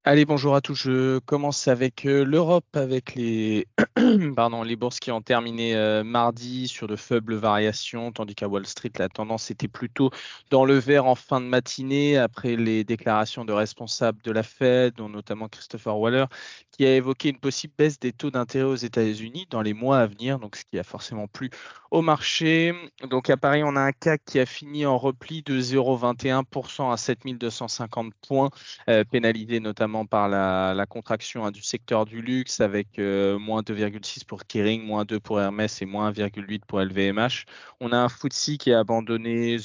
Allez, bonjour à tous. Je commence avec l'Europe, avec les, pardon, les bourses qui ont terminé mardi sur de faibles variations, tandis qu'à Wall Street, la tendance était plutôt dans le vert en fin de matinée, après les déclarations de responsables de la Fed, dont notamment Christopher Waller, qui a évoqué une possible baisse des taux d'intérêt aux États-Unis dans les mois à venir, donc ce qui a forcément plu au marché. Donc à Paris, on a un CAC qui a fini en repli de 0,21% à 7250 points pénalisé notamment par la contraction du secteur du luxe avec moins 2,6 pour Kering, moins 2 pour Hermès et moins 1,8 pour LVMH. On a un FTSE qui a abandonné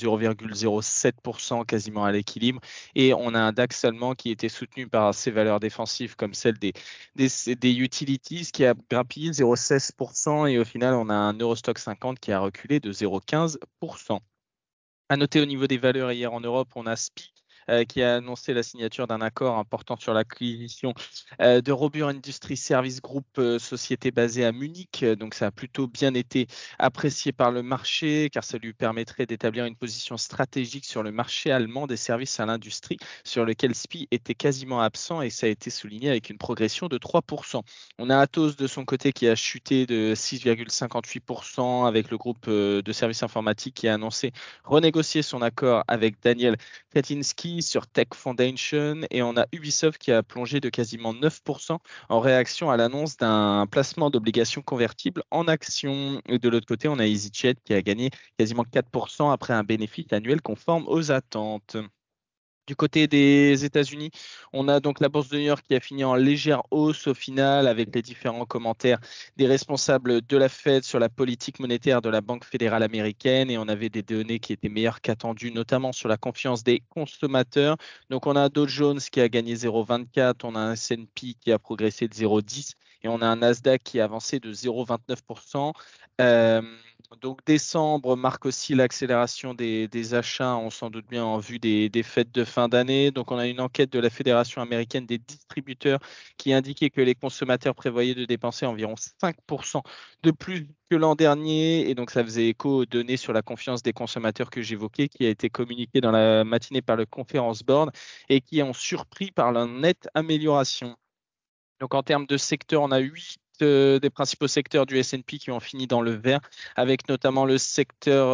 0,07% quasiment à l'équilibre et on a un DAX allemand qui était soutenu par ses valeurs défensives comme celle des utilities qui a grappillé 0,16% et au final on a un Eurostock 50 qui a reculé de 0,15%. À noter au niveau des valeurs, hier en Europe, on a SPI qui a annoncé la signature d'un accord important sur l'acquisition de Robur Industries Service Group, société basée à Munich. Donc ça a plutôt bien été apprécié par le marché car ça lui permettrait d'établir une position stratégique sur le marché allemand des services à l'industrie sur lequel SPI était quasiment absent et ça a été souligné avec une progression de 3%. On a Atos de son côté qui a chuté de 6,58% avec le groupe de services informatiques qui a annoncé renégocier son accord avec Daniel Kaczynski sur Tech Foundation et on a Ubisoft qui a plongé de quasiment 9% en réaction à l'annonce d'un placement d'obligations convertibles en actions. Et de l'autre côté, on a EasyJet qui a gagné quasiment 4% après un bénéfice annuel conforme aux attentes. Du côté des États-Unis, on a donc la bourse de New York qui a fini en légère hausse au final avec les différents commentaires des responsables de la Fed sur la politique monétaire de la Banque fédérale américaine et on avait des données qui étaient meilleures qu'attendues, notamment sur la confiance des consommateurs. Donc on a un Dow Jones qui a gagné 0,24, on a un S&P qui a progressé de 0,10 et on a un Nasdaq qui a avancé de 0,29%. Euh, donc décembre marque aussi l'accélération des achats, on s'en doute bien en vue des fêtes de fin d'année. Donc on a une enquête de la Fédération américaine des distributeurs qui indiquait que les consommateurs prévoyaient de dépenser environ 5% de plus que l'an dernier. Et donc ça faisait écho aux données sur la confiance des consommateurs que j'évoquais, qui a été communiquée dans la matinée par le Conference Board et qui ont surpris par la nette amélioration. Donc en termes de secteur, on a huit des principaux secteurs du S&P qui ont fini dans le vert, avec notamment le secteur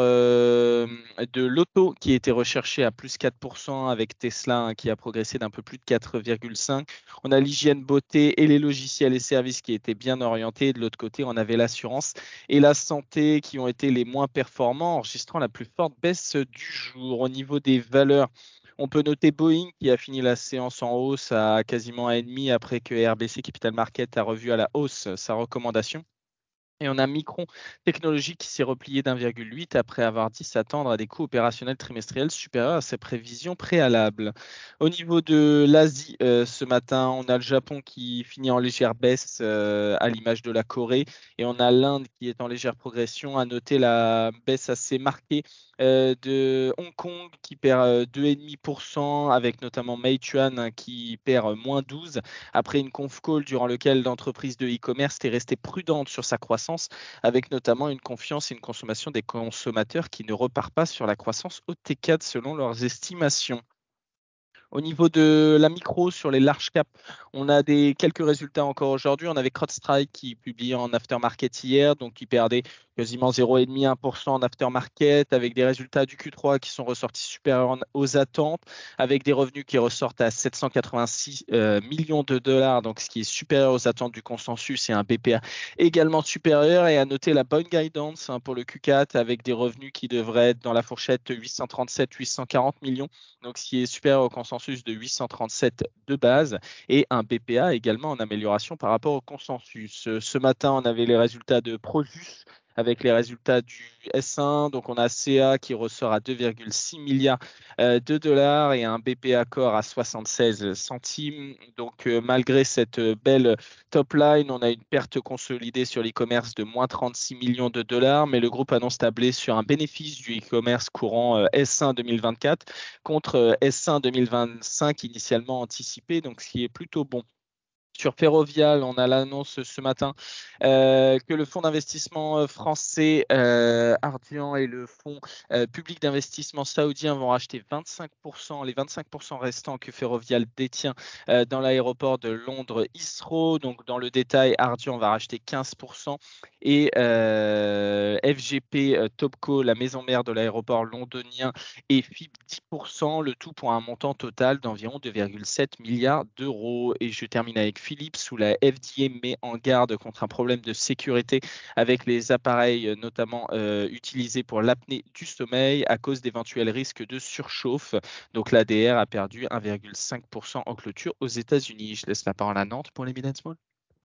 de l'auto qui était recherché à plus 4%, avec Tesla hein, qui a progressé d'un peu plus de 4,5. On a l'hygiène beauté et les logiciels et services qui étaient bien orientés. De l'autre côté, on avait l'assurance et la santé qui ont été les moins performants, enregistrant la plus forte baisse du jour. Au niveau des valeurs, on peut noter Boeing qui a fini la séance en hausse à quasiment 1,5 après que RBC Capital Market a revu à la hausse sa recommandation. Et on a Micron Technologies qui s'est replié d'1,8 après avoir dit s'attendre à des coûts opérationnels trimestriels supérieurs à ses prévisions préalables. Au niveau de l'Asie, ce matin, on a le Japon qui finit en légère baisse à l'image de la Corée et on a l'Inde qui est en légère progression. À noter la baisse assez marquée de Hong Kong qui perd 2,5% avec notamment Meituan hein, qui perd moins 12 après une conf call durant lequel l'entreprise de e-commerce est restée prudente sur sa croissance, avec notamment une confiance et une consommation des consommateurs qui ne repart pas sur la croissance au T4 selon leurs estimations. Au niveau de la micro sur les large caps, on a quelques résultats encore aujourd'hui. On avait CrowdStrike qui publiait en aftermarket hier, donc qui perdait quasiment 0,5-1% en aftermarket, avec des résultats du Q3 qui sont ressortis supérieurs aux attentes, avec des revenus qui ressortent à 786 millions de dollars, donc ce qui est supérieur aux attentes du consensus et un BPA également supérieur. Et à noter la bonne guidance hein, pour le Q4 avec des revenus qui devraient être dans la fourchette 837-840 millions donc ce qui est supérieur au consensus de 837 de base, et un BPA également en amélioration par rapport au consensus. Ce matin, on avait les résultats de Prosus avec les résultats du S1. Donc, on a CA qui ressort à 2,6 milliards de dollars et un BPA Core à 76 centimes. Donc, malgré cette belle top line, on a une perte consolidée sur l'e-commerce de moins 36 millions de dollars, mais le groupe annonce tabler sur un bénéfice du e-commerce courant S1 2024 contre S1 2025 initialement anticipé, donc ce qui est plutôt bon. Sur Ferrovial, on a l'annonce ce matin que le fonds d'investissement français Ardian et le fonds public d'investissement saoudien vont racheter 25%, les 25% restants que Ferrovial détient dans l'aéroport de Londres Heathrow. Donc, dans le détail, Ardian va racheter 15% et FGP Topco, la maison mère de l'aéroport londonien, et FIP 10%, le tout pour un montant total d'environ 2,7 milliards d'euros. Et je termine avec Philips, où la FDA met en garde contre un problème de sécurité avec les appareils notamment utilisés pour l'apnée du sommeil à cause d'éventuels risques de surchauffe. Donc l'ADR a perdu 1,5% en clôture aux États-Unis. Je laisse la parole à Nantes pour les Mid Small.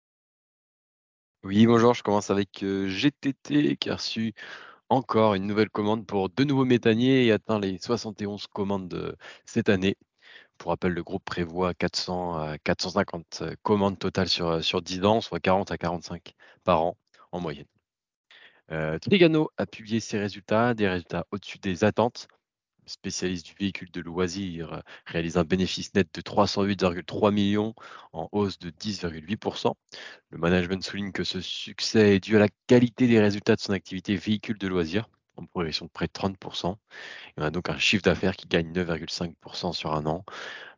Oui, bonjour, je commence avec GTT qui a reçu encore une nouvelle commande pour deux nouveaux méthaniers et atteint les 71 commandes cette année. Pour rappel, le groupe prévoit 400 à 450 commandes totales sur 10 ans, soit 40 à 45 par an en moyenne. Trigano a publié ses résultats, des résultats au-dessus des attentes. Le spécialiste du véhicule de loisirs réalise un bénéfice net de 308,3 millions en hausse de 10,8%. Le management souligne que ce succès est dû à la qualité des résultats de son activité véhicule de loisirs, en progression de près de 30%. Et on a donc un chiffre d'affaires qui gagne 9,5% sur un an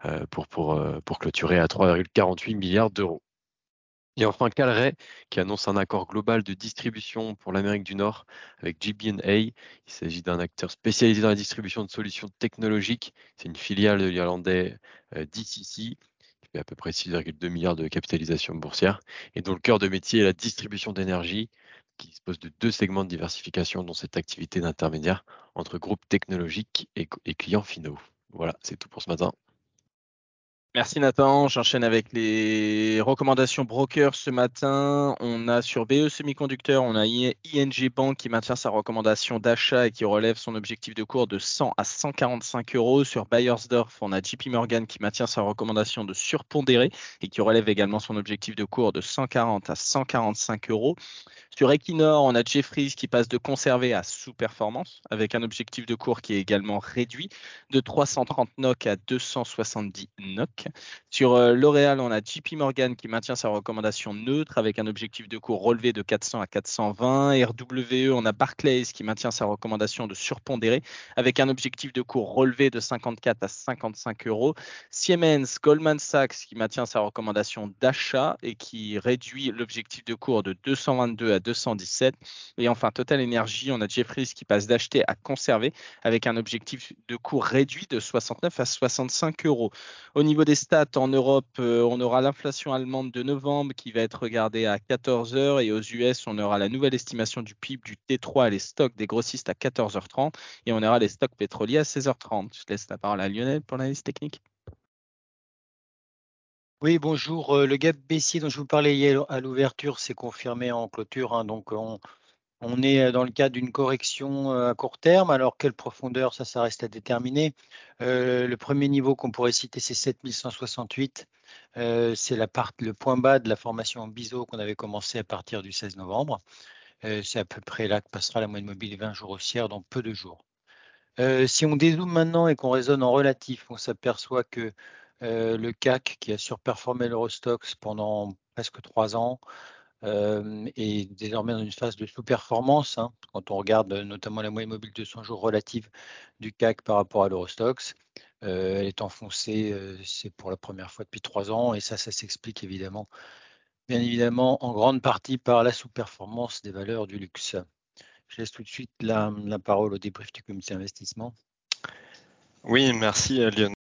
pour clôturer à 3,48 milliards d'euros. Et enfin, Calray, qui annonce un accord global de distribution pour l'Amérique du Nord avec GBA. Il s'agit d'un acteur spécialisé dans la distribution de solutions technologiques. C'est une filiale de l'Irlandais DCC, qui fait à peu près 6,2 milliards de capitalisation boursière, et dont le cœur de métier est la distribution d'énergie, qui dispose de deux segments de diversification, dont cette activité d'intermédiaire entre groupes technologiques et clients finaux. Voilà, c'est tout pour ce matin. Merci Nathan. J'enchaîne avec les recommandations brokers ce matin. On a sur BE Semiconducteur, on a ING Bank qui maintient sa recommandation d'achat et qui relève son objectif de cours de 100 à 145 euros. Sur Bayersdorf, on a JP Morgan qui maintient sa recommandation de surpondéré et qui relève également son objectif de cours de 140 à 145 euros. Sur Equinor, on a Jefferies qui passe de conservé à sous-performance avec un objectif de cours qui est également réduit de 330 NOK à 270 NOK. Sur L'Oréal, on a JP Morgan qui maintient sa recommandation neutre avec un objectif de cours relevé de 400 à 420. RWE, on a Barclays qui maintient sa recommandation de surpondéré avec un objectif de cours relevé de 54 à 55 euros. Siemens, Goldman Sachs qui maintient sa recommandation d'achat et qui réduit l'objectif de cours de 222 à 217. Et enfin, Total Energy, on a Jefferies qui passe d'acheter à conserver avec un objectif de cours réduit de 69 à 65 euros. Au niveau des stats, en Europe, on aura l'inflation allemande de novembre qui va être regardée à 14 heures et aux US, on aura la nouvelle estimation du PIB du T3 et les stocks des grossistes à 14h30 et on aura les stocks pétroliers à 16h30. Je laisse la parole à Lionel pour l'analyse technique. Oui, bonjour. Le gap baissier dont je vous parlais hier à l'ouverture s'est confirmé en clôture, hein. Donc, on est dans le cadre d'une correction à court terme. Alors, quelle profondeur, ça reste à déterminer. Le premier niveau qu'on pourrait citer, c'est 7168. C'est le point bas de la formation en biseau qu'on avait commencé à partir du 16 novembre. C'est à peu près là que passera la moyenne mobile 20 jours haussière dans peu de jours. Si on dézoome maintenant et qu'on raisonne en relatif, on s'aperçoit que le CAC, qui a surperformé l'Eurostoxx pendant presque 3 ans, est désormais dans une phase de sous-performance, hein, quand on regarde notamment la moyenne mobile de 200 jours relative du CAC par rapport à l'Eurostoxx. Elle est enfoncée, c'est pour la première fois depuis 3 ans, et ça s'explique évidemment, bien évidemment, en grande partie par la sous-performance des valeurs du luxe. Je laisse tout de suite la parole au débrief du comité d'investissement. Oui, merci Lionel.